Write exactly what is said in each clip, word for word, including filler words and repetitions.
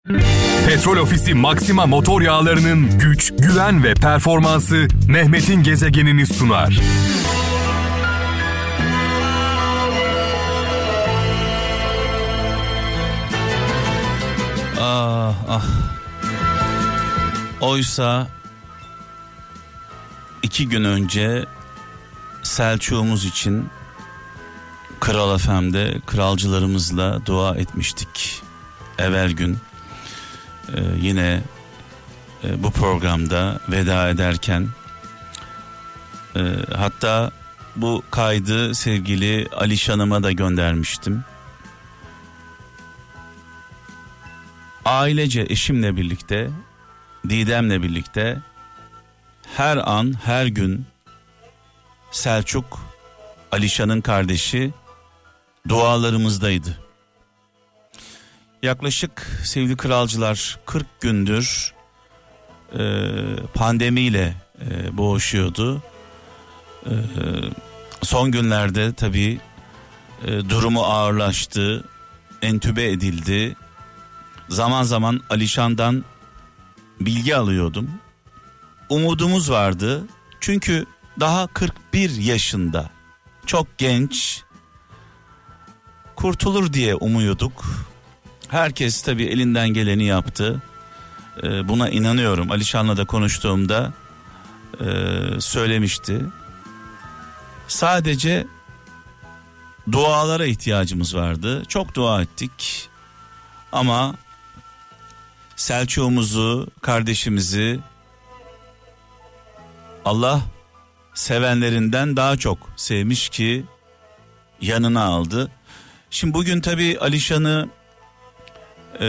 Petrol Ofisi Maxima motor yağlarının güç, güven ve performansı Mehmet'in gezegenini sunar. Ah ah. Oysa iki gün önce Selçuk'umuz için Kral F M'de kralcılarımızla dua etmiştik. Evvel gün e, yine e, bu programda veda ederken e, hatta bu kaydı sevgili Alişan'ıma da göndermiştim. Ailece eşimle birlikte, Didem'le birlikte her an her gün Selçuk, Alişan'ın kardeşi, dualarımızdaydı. Yaklaşık sevgili kralcılar kırk gündür e, pandemiyle e, boğuşuyordu. E, son günlerde tabii e, durumu ağırlaştı, entübe edildi. Zaman zaman Alişan'dan bilgi alıyordum. Umudumuz vardı. Çünkü daha kırk bir yaşında, çok genç, kurtulur diye umuyorduk. Herkes tabii elinden geleni yaptı. Ee, buna inanıyorum. Alişan'la da konuştuğumda e, söylemişti. Sadece dualara ihtiyacımız vardı. Çok dua ettik. Ama Selçuk'umuzu, kardeşimizi Allah sevenlerinden daha çok sevmiş ki yanına aldı. Şimdi bugün tabii Alişan'ı e,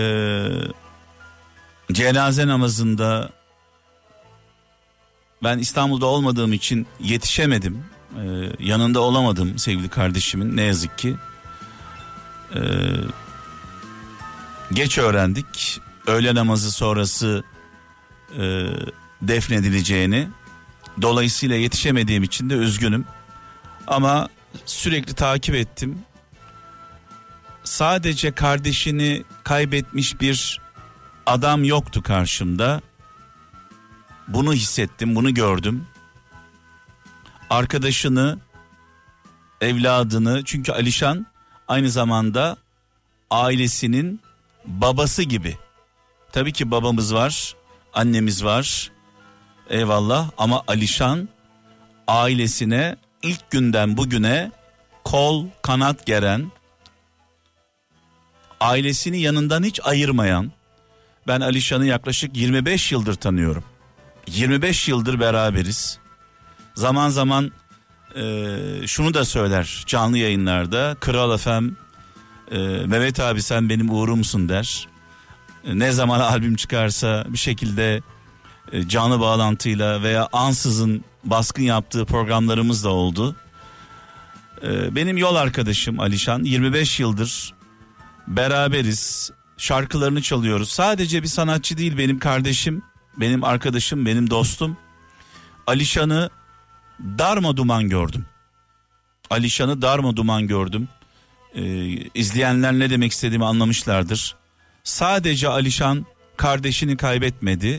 cenaze namazında ben İstanbul'da olmadığım için yetişemedim. E, yanında olamadım sevgili kardeşimin, ne yazık ki. E, geç öğrendik. Öğle namazı sonrası e, defnedileceğini. Dolayısıyla yetişemediğim için de üzgünüm. Ama sürekli takip ettim. Sadece kardeşini kaybetmiş bir adam yoktu karşımda. Bunu hissettim, bunu gördüm. Arkadaşını, evladını, çünkü Alişan aynı zamanda ailesinin babası gibi. Tabii ki babamız var, annemiz var. Eyvallah, ama Alişan ailesine ilk günden bugüne kol kanat geren, ailesini yanından hiç ayırmayan. Ben Alişan'ı yaklaşık yirmi beş yıldır tanıyorum. yirmi beş yıldır beraberiz. Zaman zaman e, şunu da söyler canlı yayınlarda. Kral F M, e, Mehmet abi sen benim uğurumsun der. E, ne zaman albüm çıkarsa bir şekilde e, canlı bağlantıyla veya ansızın baskın yaptığı programlarımız da oldu. E, benim yol arkadaşım Alişan, yirmi beş yıldır beraberiz. Şarkılarını çalıyoruz. Sadece bir sanatçı değil, benim kardeşim, benim arkadaşım, benim dostum. Alişan'ı darmaduman gördüm. Alişan'ı darmaduman gördüm. Ee, izleyenler ne demek istediğimi anlamışlardır. Sadece Alişan kardeşini kaybetmedi.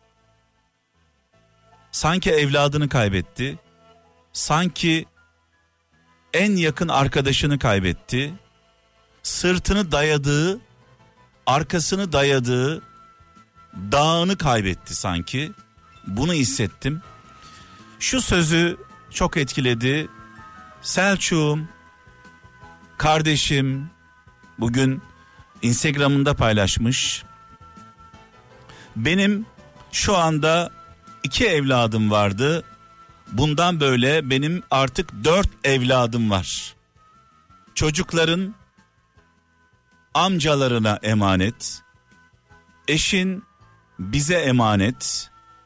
Sanki evladını kaybetti. Sanki en yakın arkadaşını kaybetti. Sırtını dayadığı, arkasını dayadığı dağını kaybetti sanki. Bunu hissettim. Şu sözü çok etkiledi. Selçuk'um, kardeşim, bugün Instagram'ında paylaşmış. Benim şu anda iki evladım vardı. Bundan böyle benim artık dört evladım var. Çocukların amcalarına emanet. Eşin bize emanet.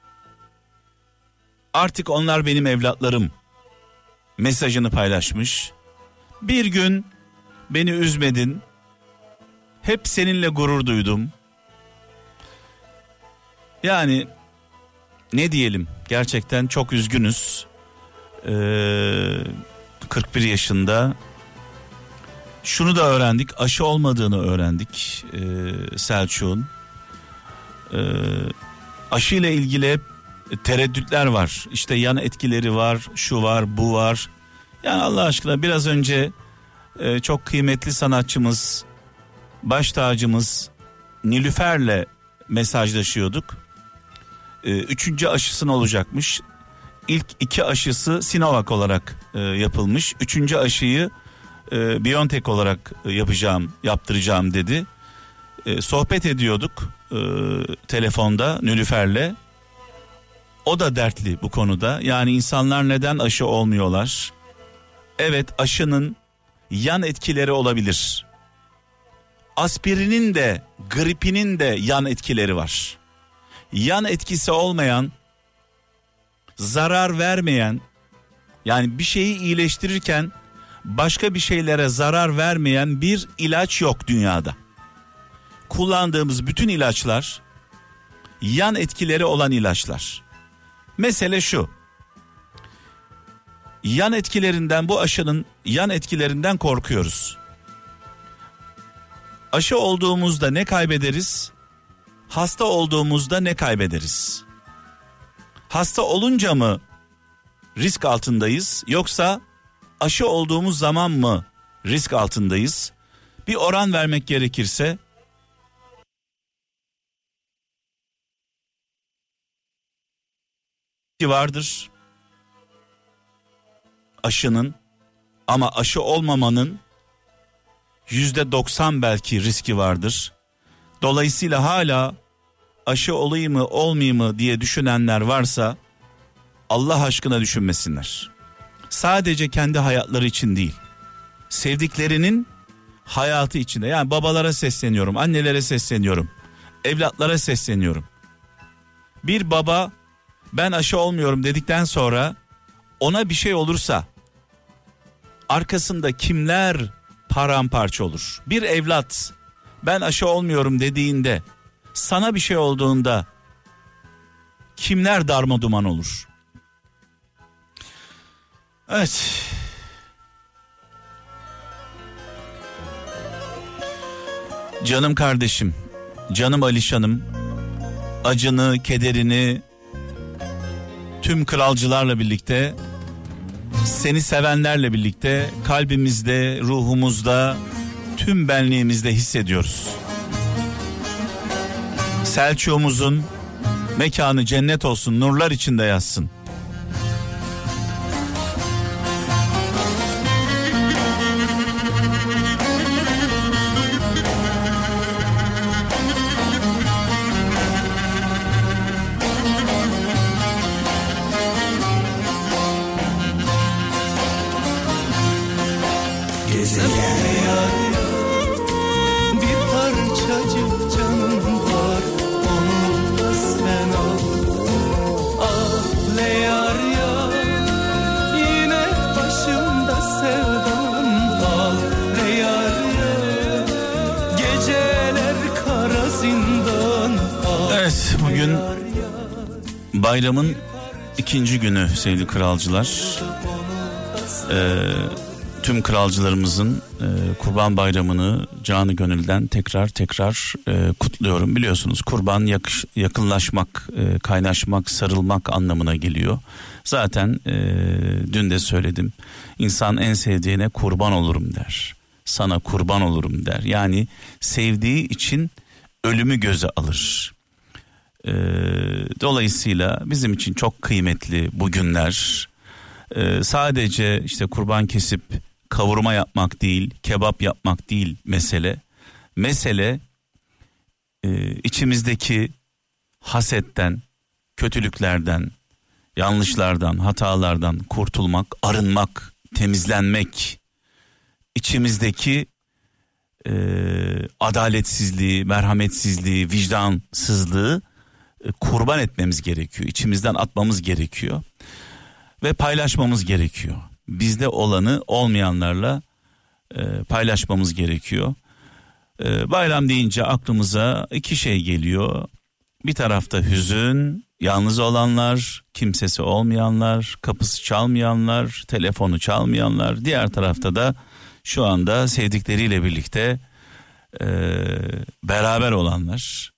Artık onlar benim evlatlarım mesajını paylaşmış. Bir gün beni üzmedin. Hep seninle gurur duydum. Yani ne diyelim, gerçekten çok üzgünüz. Ee, kırk bir yaşında. Şunu da öğrendik, aşı olmadığını öğrendik ee, Selçuk'un. Ee, aşı ile ilgili hep tereddütler var. İşte yan etkileri var, şu var, bu var. Yani Allah aşkına biraz önce e, çok kıymetli sanatçımız, baş tacımız Nilüfer'le mesajlaşıyorduk. E, üçüncü aşısını olacakmış. İlk iki aşısı Sinovac olarak e, yapılmış. Üçüncü aşıyı e, BioNTech olarak e, yapacağım, yaptıracağım dedi. E, sohbet ediyorduk e, telefonda Nilüfer'le. O da dertli bu konuda. Yani insanlar neden aşı olmuyorlar? Evet, aşının yan etkileri olabilir. Aspirinin de gripinin de yan etkileri var. Yan etkisi olmayan, zarar vermeyen, yani bir şeyi iyileştirirken başka bir şeylere zarar vermeyen bir ilaç yok dünyada. Kullandığımız bütün ilaçlar yan etkileri olan ilaçlar. Mesele şu: yan etkilerinden, bu aşının yan etkilerinden korkuyoruz. Aşı olduğumuzda ne kaybederiz? Hasta olduğumuzda ne kaybederiz? Hasta olunca mı risk altındayız, yoksa aşı olduğumuz zaman mı risk altındayız? Bir oran vermek gerekirse vardır aşının, ama aşı olmamanın yüzde doksan belki riski vardır. Dolayısıyla hala aşı olayım mı olmayayım mı diye düşünenler varsa Allah aşkına düşünmesinler. Sadece kendi hayatları için değil, sevdiklerinin hayatı içinde. Yani babalara sesleniyorum, annelere sesleniyorum, evlatlara sesleniyorum. Bir baba ben aşı olmuyorum dedikten sonra ona bir şey olursa arkasında kimler paramparça olur? Bir evlat ben aşı olmuyorum dediğinde, sana bir şey olduğunda kimler darmaduman olur? Evet. Canım kardeşim, canım Alişan'ım, acını, kederini tüm kralcılarla birlikte, seni sevenlerle birlikte kalbimizde, ruhumuzda, tüm benliğimizde hissediyoruz. Selçuk'umuzun mekanı cennet olsun, nurlar içinde yatsın. Bir parçacık canım var, onu da sen al. Ah le yar yar, yine başımda sevdan al. Le yar yar, geceler kara zindan al. Evet, bugün bayramın ikinci günü sevgili kralcılar. Ee, tüm kralcılarımızın e, Kurban Bayramı'nı canı gönülden tekrar tekrar e, kutluyorum. Biliyorsunuz kurban yakış, yakınlaşmak, e, kaynaşmak, sarılmak anlamına geliyor. Zaten e, dün de söyledim. İnsan en sevdiğine kurban olurum der. Sana kurban olurum der. Yani sevdiği için ölümü göze alır. E, dolayısıyla bizim için çok kıymetli bu günler. E, sadece işte kurban kesip kavurma yapmak değil, kebap yapmak değil mesele. Mesele e, içimizdeki hasetten, kötülüklerden, yanlışlardan, hatalardan kurtulmak, arınmak, temizlenmek. İçimizdeki e, adaletsizliği, merhametsizliği, vicdansızlığı e, kurban etmemiz gerekiyor. İçimizden atmamız gerekiyor ve paylaşmamız gerekiyor. Bizde olanı olmayanlarla e, paylaşmamız gerekiyor. E, bayram deyince aklımıza iki şey geliyor. Bir tarafta hüzün, yalnız olanlar, kimsesi olmayanlar, kapısı çalmayanlar, telefonu çalmayanlar. Diğer tarafta da şu anda sevdikleriyle birlikte e, beraber olanlar.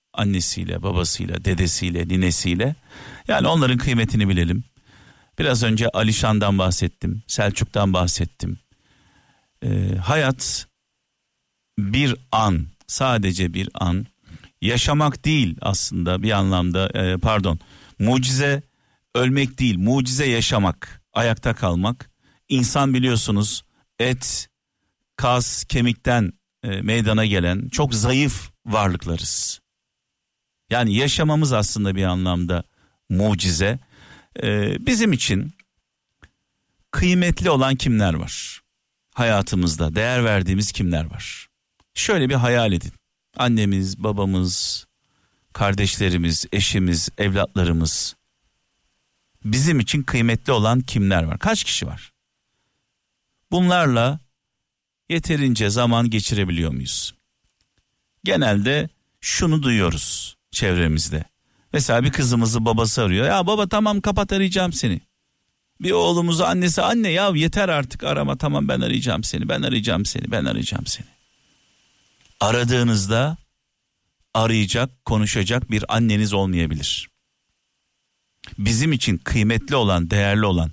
Annesiyle, babasıyla, dedesiyle, ninesiyle. Yani onların kıymetini bilelim. Biraz önce Alişan'dan bahsettim, Selçuk'tan bahsettim. Ee, hayat bir an, sadece bir an. Yaşamak değil aslında bir anlamda, e, pardon. Mucize ölmek değil, mucize yaşamak, ayakta kalmak. İnsan biliyorsunuz et, kas, kemikten e, meydana gelen çok zayıf varlıklarız. Yani yaşamamız aslında bir anlamda mucize. Ee, bizim için kıymetli olan kimler var? Hayatımızda değer verdiğimiz kimler var? Şöyle bir hayal edin. Annemiz, babamız, kardeşlerimiz, eşimiz, evlatlarımız. Bizim için kıymetli olan kimler var? Kaç kişi var? Bunlarla yeterince zaman geçirebiliyor muyuz? Genelde şunu duyuyoruz çevremizde. Mesela bir kızımızı babası arıyor. Ya baba tamam kapat, arayacağım seni. Bir oğlumuzu annesi, anne ya yeter artık arama, tamam ben arayacağım seni, ben arayacağım seni, ben arayacağım seni. Aradığınızda arayacak, konuşacak bir anneniz olmayabilir. Bizim için kıymetli olan, değerli olan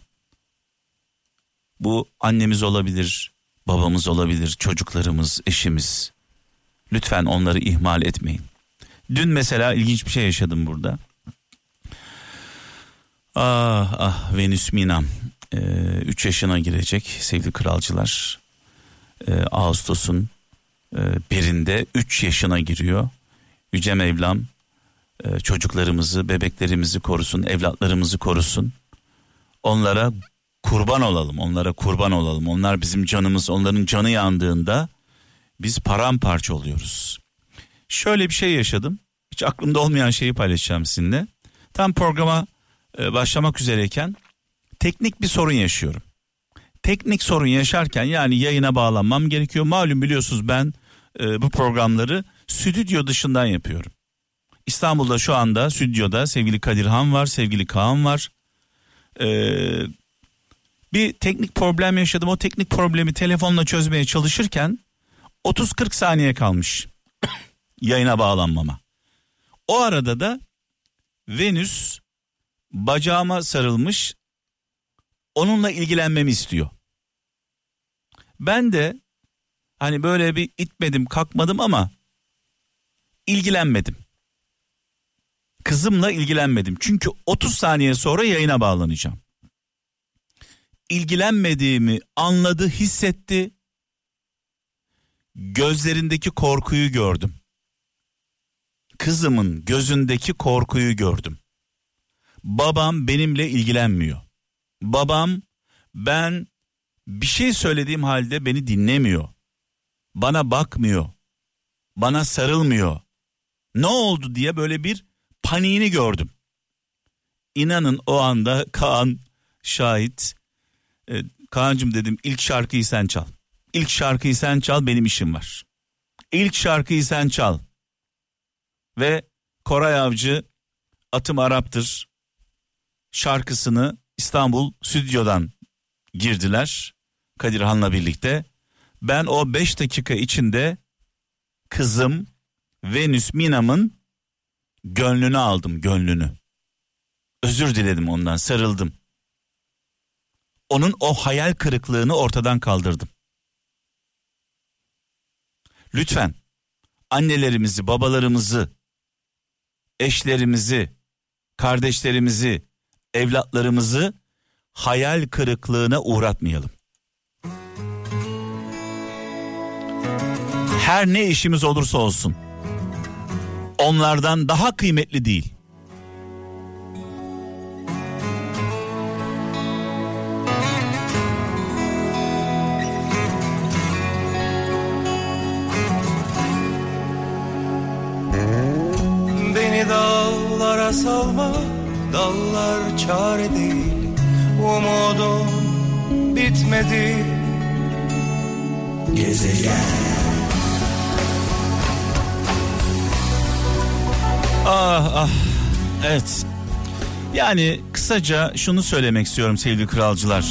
bu annemiz olabilir, babamız olabilir, çocuklarımız, eşimiz. Lütfen onları ihmal etmeyin. Dün mesela ilginç bir şey yaşadım burada. Ah ah Venüs Minam üç ee, yaşına girecek sevgili kralcılar. Ee, Ağustos'un e, birinde üç yaşına giriyor. Yüce Mevlam e, çocuklarımızı, bebeklerimizi korusun, evlatlarımızı korusun. Onlara kurban olalım, onlara kurban olalım. Onlar bizim canımız, onların canı yandığında biz paramparça oluyoruz. Şöyle bir şey yaşadım. Hiç aklımda olmayan şeyi paylaşacağım sizinle. Tam programa e, başlamak üzereyken teknik bir sorun yaşıyorum. Teknik sorun yaşarken yani yayına bağlanmam gerekiyor. Malum biliyorsunuz ben e, bu programları stüdyo dışından yapıyorum. İstanbul'da şu anda stüdyoda sevgili Kadirhan var, sevgili Kaan var. Ee, bir teknik problem yaşadım. O teknik problemi telefonla çözmeye çalışırken otuz kırk saniye kalmış yayına bağlanmama. O arada da Venüs bacağıma sarılmış, onunla ilgilenmemi istiyor. Ben de hani böyle bir itmedim kalkmadım ama ilgilenmedim. Kızımla ilgilenmedim. Çünkü otuz saniye sonra yayına bağlanacağım. İlgilenmediğimi anladı, hissetti. Gözlerindeki korkuyu gördüm. Kızımın gözündeki korkuyu gördüm. Babam benimle ilgilenmiyor. Babam ben bir şey söylediğim halde beni dinlemiyor. Bana bakmıyor. Bana sarılmıyor. Ne oldu diye böyle bir paniğini gördüm. İnanın o anda Kaan şahit. Ee, Kaan'cığım dedim, ilk şarkıyı sen çal. İlk şarkıyı sen çal, benim işim var. İlk şarkıyı sen çal. Ve Koray Avcı Atım Arap'tır şarkısını İstanbul stüdyodan girdiler Kadirhan'la birlikte. Ben o beş dakika içinde kızım Venüs Minam'ın gönlünü aldım, gönlünü. Özür diledim ondan, sarıldım. Onun o hayal kırıklığını ortadan kaldırdım. Lütfen annelerimizi, babalarımızı, eşlerimizi, kardeşlerimizi, evlatlarımızı hayal kırıklığına uğratmayalım. Her ne işimiz olursa olsun onlardan daha kıymetli değil. Beni dağlara salma, dallar çare değil, umudum bitmedi. Gezegen. Ah ah, evet. Yani kısaca şunu söylemek istiyorum sevgili kralcılar.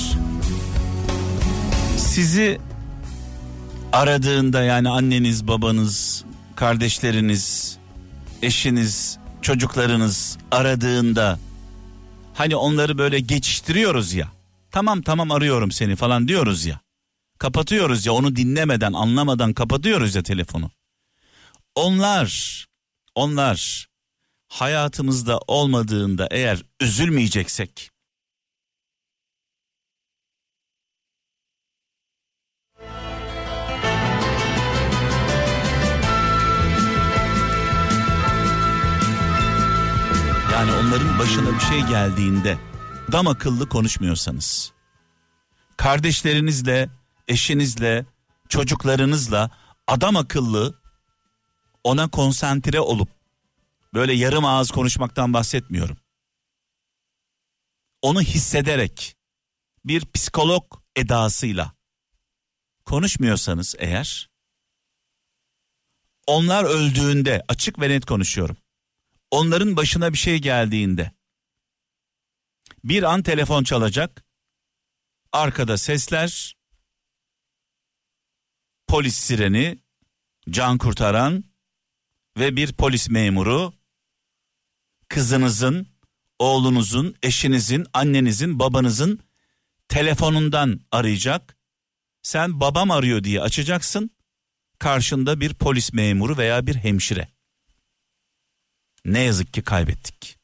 Sizi aradığında, yani anneniz, babanız, kardeşleriniz, eşiniz, çocuklarınız aradığında hani onları böyle geçiştiriyoruz ya. Tamam tamam arıyorum seni falan diyoruz ya. Kapatıyoruz ya, onu dinlemeden, anlamadan kapatıyoruz ya telefonu. Onlar, onlar hayatımızda olmadığında eğer üzülmeyeceksek, yani onların başına bir şey geldiğinde adam akıllı konuşmuyorsanız, kardeşlerinizle, eşinizle, çocuklarınızla adam akıllı ona konsantre olup, böyle yarım ağız konuşmaktan bahsetmiyorum, onu hissederek bir psikolog edasıyla konuşmuyorsanız eğer, onlar öldüğünde, açık ve net konuşuyorum, onların başına bir şey geldiğinde bir an telefon çalacak, arkada sesler, polis sireni, can kurtaran ve bir polis memuru kızınızın, oğlunuzun, eşinizin, annenizin, babanızın telefonundan arayacak. Sen babam arıyor diye açacaksın. Karşında bir polis memuru veya bir hemşire. Ne yazık ki kaybettik.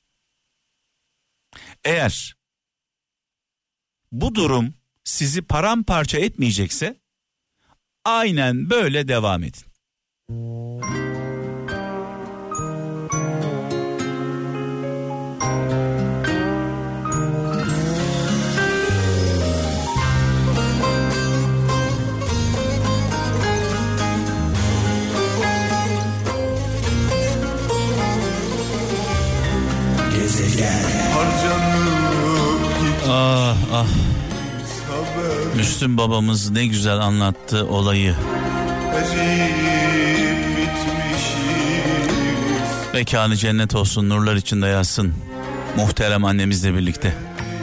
Eğer bu durum sizi paramparça etmeyecekse aynen böyle devam edin. Ah ah. Müslüm babamız ne güzel anlattı olayı. Mekanı cennet olsun, nurlar içinde yatsın. Muhterem annemizle birlikte.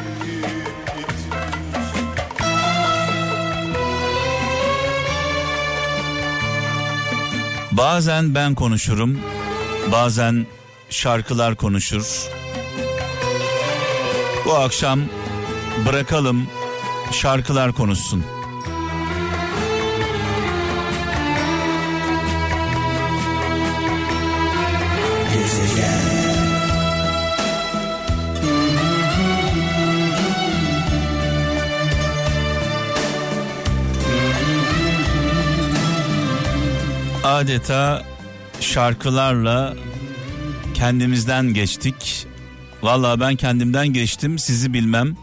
Bazen ben konuşurum, bazen şarkılar konuşur. Bu akşam bırakalım şarkılar konuşsun. Adeta şarkılarla kendimizden geçtik. Vallahi ben kendimden geçtim, sizi bilmem.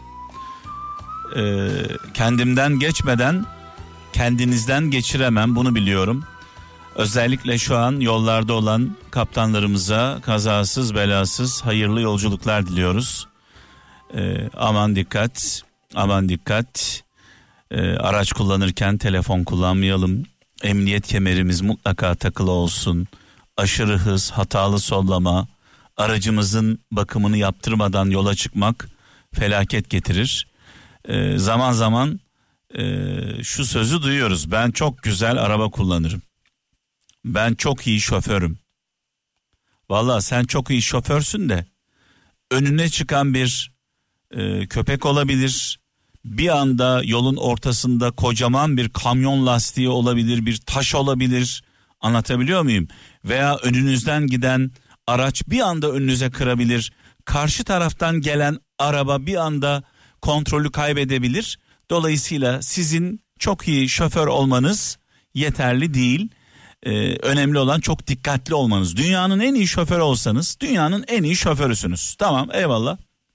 Ee, kendimden geçmeden kendinizden geçiremem, bunu biliyorum. Özellikle şu an yollarda olan kaptanlarımıza kazasız belasız hayırlı yolculuklar diliyoruz. Ee, aman dikkat, aman dikkat. Ee, araç kullanırken telefon kullanmayalım. Emniyet kemerimiz mutlaka takılı olsun. Aşırı hız, hatalı sollama, aracımızın bakımını yaptırmadan yola çıkmak felaket getirir. Ee, zaman zaman e, şu sözü duyuyoruz: ben çok güzel araba kullanırım, ben çok iyi şoförüm. Vallahi sen çok iyi şoförsün de önüne çıkan bir e, köpek olabilir, bir anda yolun ortasında kocaman bir kamyon lastiği olabilir, bir taş olabilir, anlatabiliyor muyum? Veya önünüzden giden araç bir anda önünüze kırabilir, karşı taraftan gelen araba bir anda kontrolü kaybedebilir. Dolayısıyla sizin çok iyi şoför olmanız yeterli değil. Ee, önemli olan çok dikkatli olmanız. Dünyanın en iyi şoförü olsanız dünyanın en iyi şoförüsünüz. Tamam, eyvallah.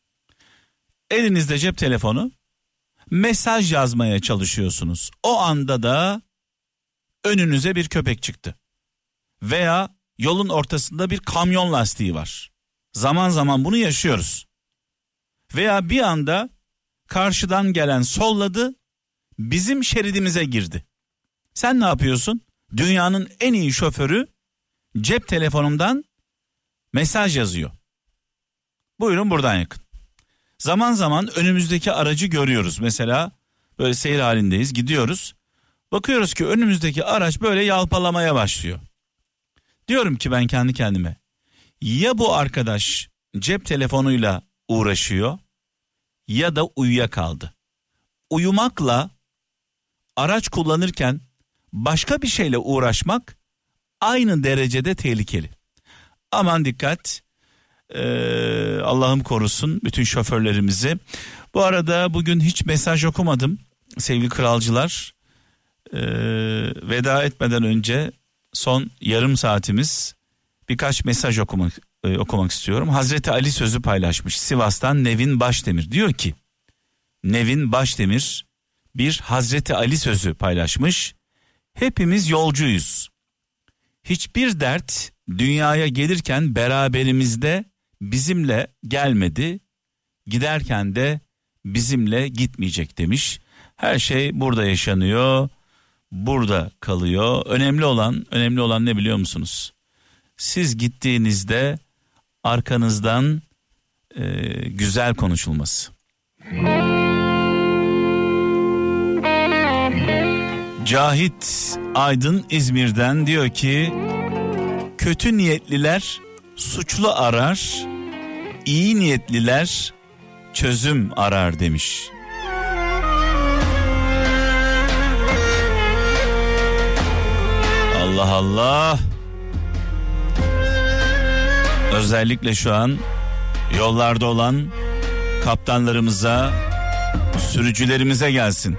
Elinizde cep telefonu, mesaj yazmaya çalışıyorsunuz. O anda da önünüze bir köpek çıktı. Veya yolun ortasında bir kamyon lastiği var. Zaman zaman bunu yaşıyoruz. Veya bir anda karşıdan gelen solladı, bizim şeridimize girdi. Sen ne yapıyorsun? Dünyanın en iyi şoförü cep telefonumdan mesaj yazıyor. Buyurun buradan yakın. Zaman zaman önümüzdeki aracı görüyoruz. Mesela böyle seyir halindeyiz, gidiyoruz. Bakıyoruz ki önümüzdeki araç böyle yalpalamaya başlıyor. Diyorum ki ben kendi kendime, Ya bu arkadaş cep telefonuyla uğraşıyor ya da uyuyakaldı. Uyumakla araç kullanırken başka bir şeyle uğraşmak aynı derecede tehlikeli. Aman dikkat. Ee, Allah'ım korusun bütün şoförlerimizi. Bu arada bugün hiç mesaj okumadım sevgili kralcılar. Ee, veda etmeden önce son yarım saatimiz birkaç mesaj okumak e, okumak istiyorum. Hazreti Ali sözü paylaşmış. Sivas'tan Nevin Başdemir diyor ki, Nevin Başdemir bir Hazreti Ali sözü paylaşmış. Hepimiz yolcuyuz. Hiçbir dert dünyaya gelirken beraberimizde bizimle gelmedi, giderken de bizimle gitmeyecek demiş. Her şey burada yaşanıyor, burada kalıyor. Önemli olan, önemli olan ne biliyor musunuz? Siz gittiğinizde arkanızdan e, güzel konuşulması. Cahit Aydın İzmir'den diyor ki, kötü niyetliler suçlu arar, iyi niyetliler çözüm arar demiş. Allah Allah. Özellikle şu an yollarda olan kaptanlarımıza, sürücülerimize gelsin.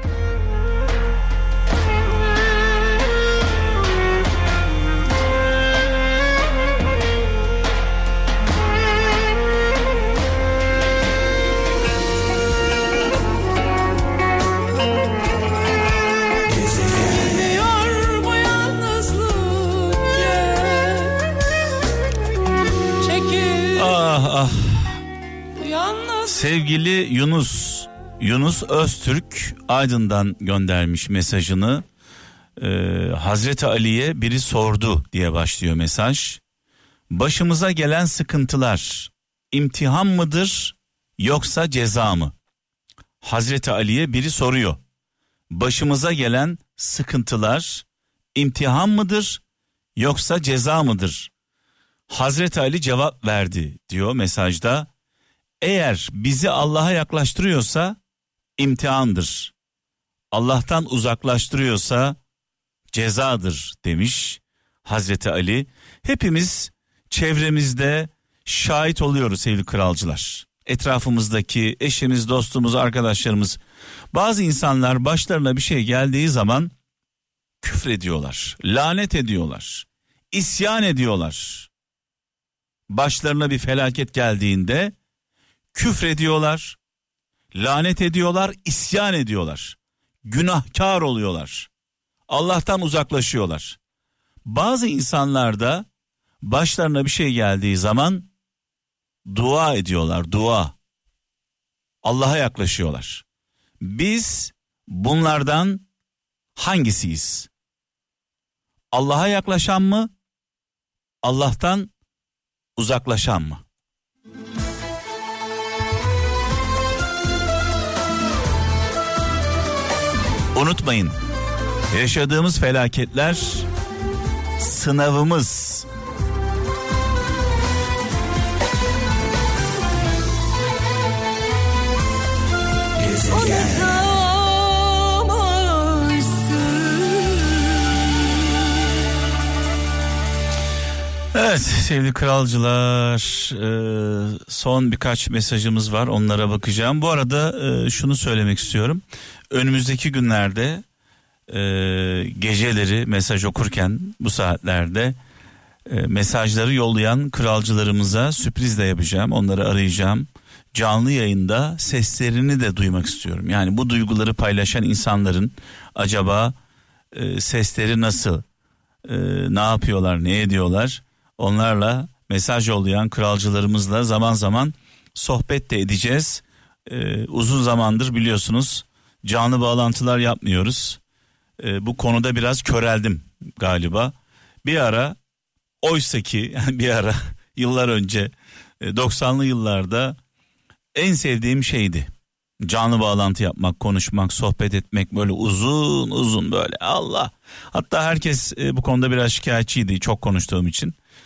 Sevgili Yunus, Yunus Öztürk Aydın'dan göndermiş mesajını. Ee, Hazreti Ali'ye biri sordu diye başlıyor mesaj. Başımıza gelen sıkıntılar imtihan mıdır yoksa ceza mı? Hazreti Ali'ye biri soruyor. Başımıza gelen sıkıntılar imtihan mıdır yoksa ceza mıdır? Hazreti Ali cevap verdi diyor mesajda. Eğer bizi Allah'a yaklaştırıyorsa imtihandır. Allah'tan uzaklaştırıyorsa cezadır demiş Hazreti Ali. Hepimiz çevremizde şahit oluyoruz sevgili kralcılar. Etrafımızdaki eşimiz, dostumuz, arkadaşlarımız. Bazı insanlar başlarına bir şey geldiği zaman küfrediyorlar, lanet ediyorlar, isyan ediyorlar. Başlarına bir felaket geldiğinde küfrediyorlar, lanet ediyorlar, isyan ediyorlar. Günahkar oluyorlar. Allah'tan uzaklaşıyorlar. Bazı insanlar da başlarına bir şey geldiği zaman dua ediyorlar, dua. Allah'a yaklaşıyorlar. Biz bunlardan hangisiyiz? Allah'a yaklaşan mı? Allah'tan uzaklaşan mı? Unutmayın, yaşadığımız felaketler sınavımız. Evet sevgili kralcılar, son birkaç mesajımız var, onlara bakacağım. Bu arada şunu söylemek istiyorum. Önümüzdeki günlerde geceleri mesaj okurken bu saatlerde mesajları yollayan kralcılarımıza sürpriz de yapacağım. Onları arayacağım. Canlı yayında seslerini de duymak istiyorum. Yani bu duyguları paylaşan insanların acaba sesleri nasıl, ne yapıyorlar, ne ediyorlar? Onlarla mesaj yollayan kralcılarımızla zaman zaman sohbet de edeceğiz. Ee, uzun zamandır biliyorsunuz canlı bağlantılar yapmıyoruz. Ee, bu konuda biraz köreldim galiba. Bir ara, oysa ki yani bir ara yıllar önce doksanlı yıllarda en sevdiğim şeydi. Canlı bağlantı yapmak, konuşmak, sohbet etmek, böyle uzun uzun böyle Allah. Hatta herkes bu konuda biraz şikayetçiydi çok konuştuğum için.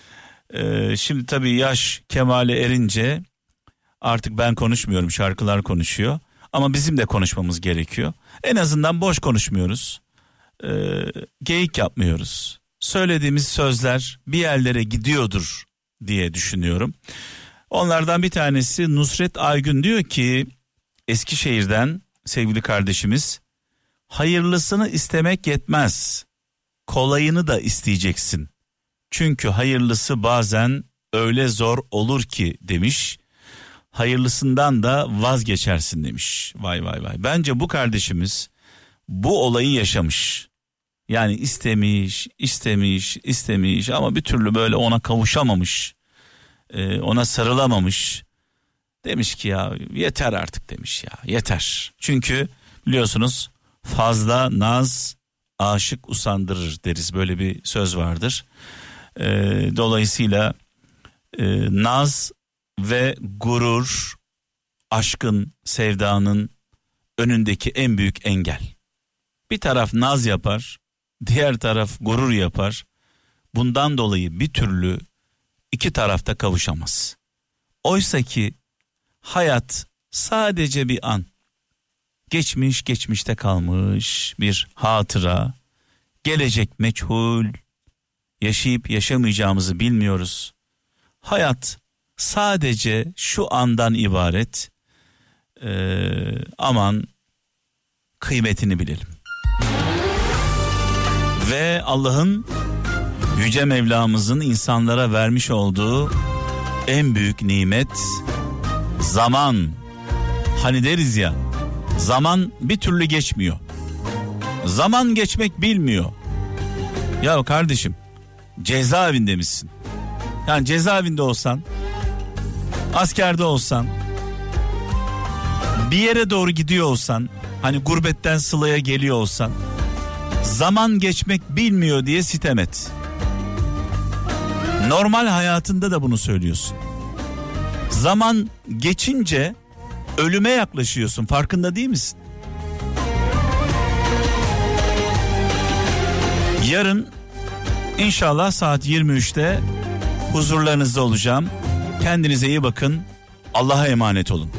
Ee, şimdi tabii yaş kemale erince artık ben konuşmuyorum, şarkılar konuşuyor. Ama bizim de konuşmamız gerekiyor. En azından boş konuşmuyoruz. Ee, geyik yapmıyoruz. Söylediğimiz sözler bir yerlere gidiyordur diye düşünüyorum. Onlardan bir tanesi Nusret Aygün diyor ki, Eskişehir'den sevgili kardeşimiz, hayırlısını istemek yetmez, kolayını da isteyeceksin. Çünkü hayırlısı bazen öyle zor olur ki demiş. Hayırlısından da vazgeçersin demiş. Vay vay vay. Bence bu kardeşimiz bu olayı yaşamış. Yani istemiş, istemiş, istemiş ama bir türlü böyle ona kavuşamamış. Ee, ona sarılamamış. Demiş ki ya yeter artık demiş ya, yeter. Çünkü biliyorsunuz fazla naz aşık usandırır deriz, böyle bir söz vardır. Ee, dolayısıyla e, naz ve gurur aşkın, sevdanın önündeki en büyük engel. Bir taraf naz yapar, diğer taraf gurur yapar. Bundan dolayı bir türlü iki tarafta kavuşamaz. Oysa ki hayat sadece bir an. Geçmiş geçmişte kalmış bir hatıra. Gelecek meçhul. Yaşayıp yaşamayacağımızı bilmiyoruz. Hayat sadece şu andan ibaret. Ee, aman kıymetini bilelim. Ve Allah'ın, Yüce Mevlamızın insanlara vermiş olduğu en büyük nimet zaman. Hani deriz ya, zaman bir türlü geçmiyor. Zaman geçmek bilmiyor. Ya kardeşim, cezaevinde misin? Yani cezaevinde olsan, askerde olsan, bir yere doğru gidiyor olsan, hani gurbetten sılaya geliyor olsan, zaman geçmek bilmiyor diye sitem et. Normal hayatında da bunu söylüyorsun. Zaman geçince ölüme yaklaşıyorsun, farkında değil misin? Yarın inşallah saat yirmi üçte huzurlarınızda olacağım. Kendinize iyi bakın. Allah'a emanet olun.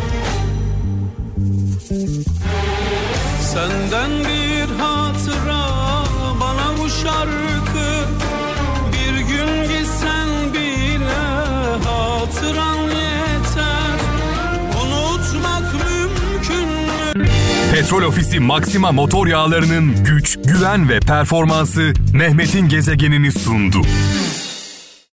Senden bir hatıra bana bu şarkı, bir gün gitsen bile hatıran yeter, unutmak mümkün mü? Petrol Ofisi Maxima motor yağlarının güç, güven ve performansı Mehmet'in gezegenini sundu.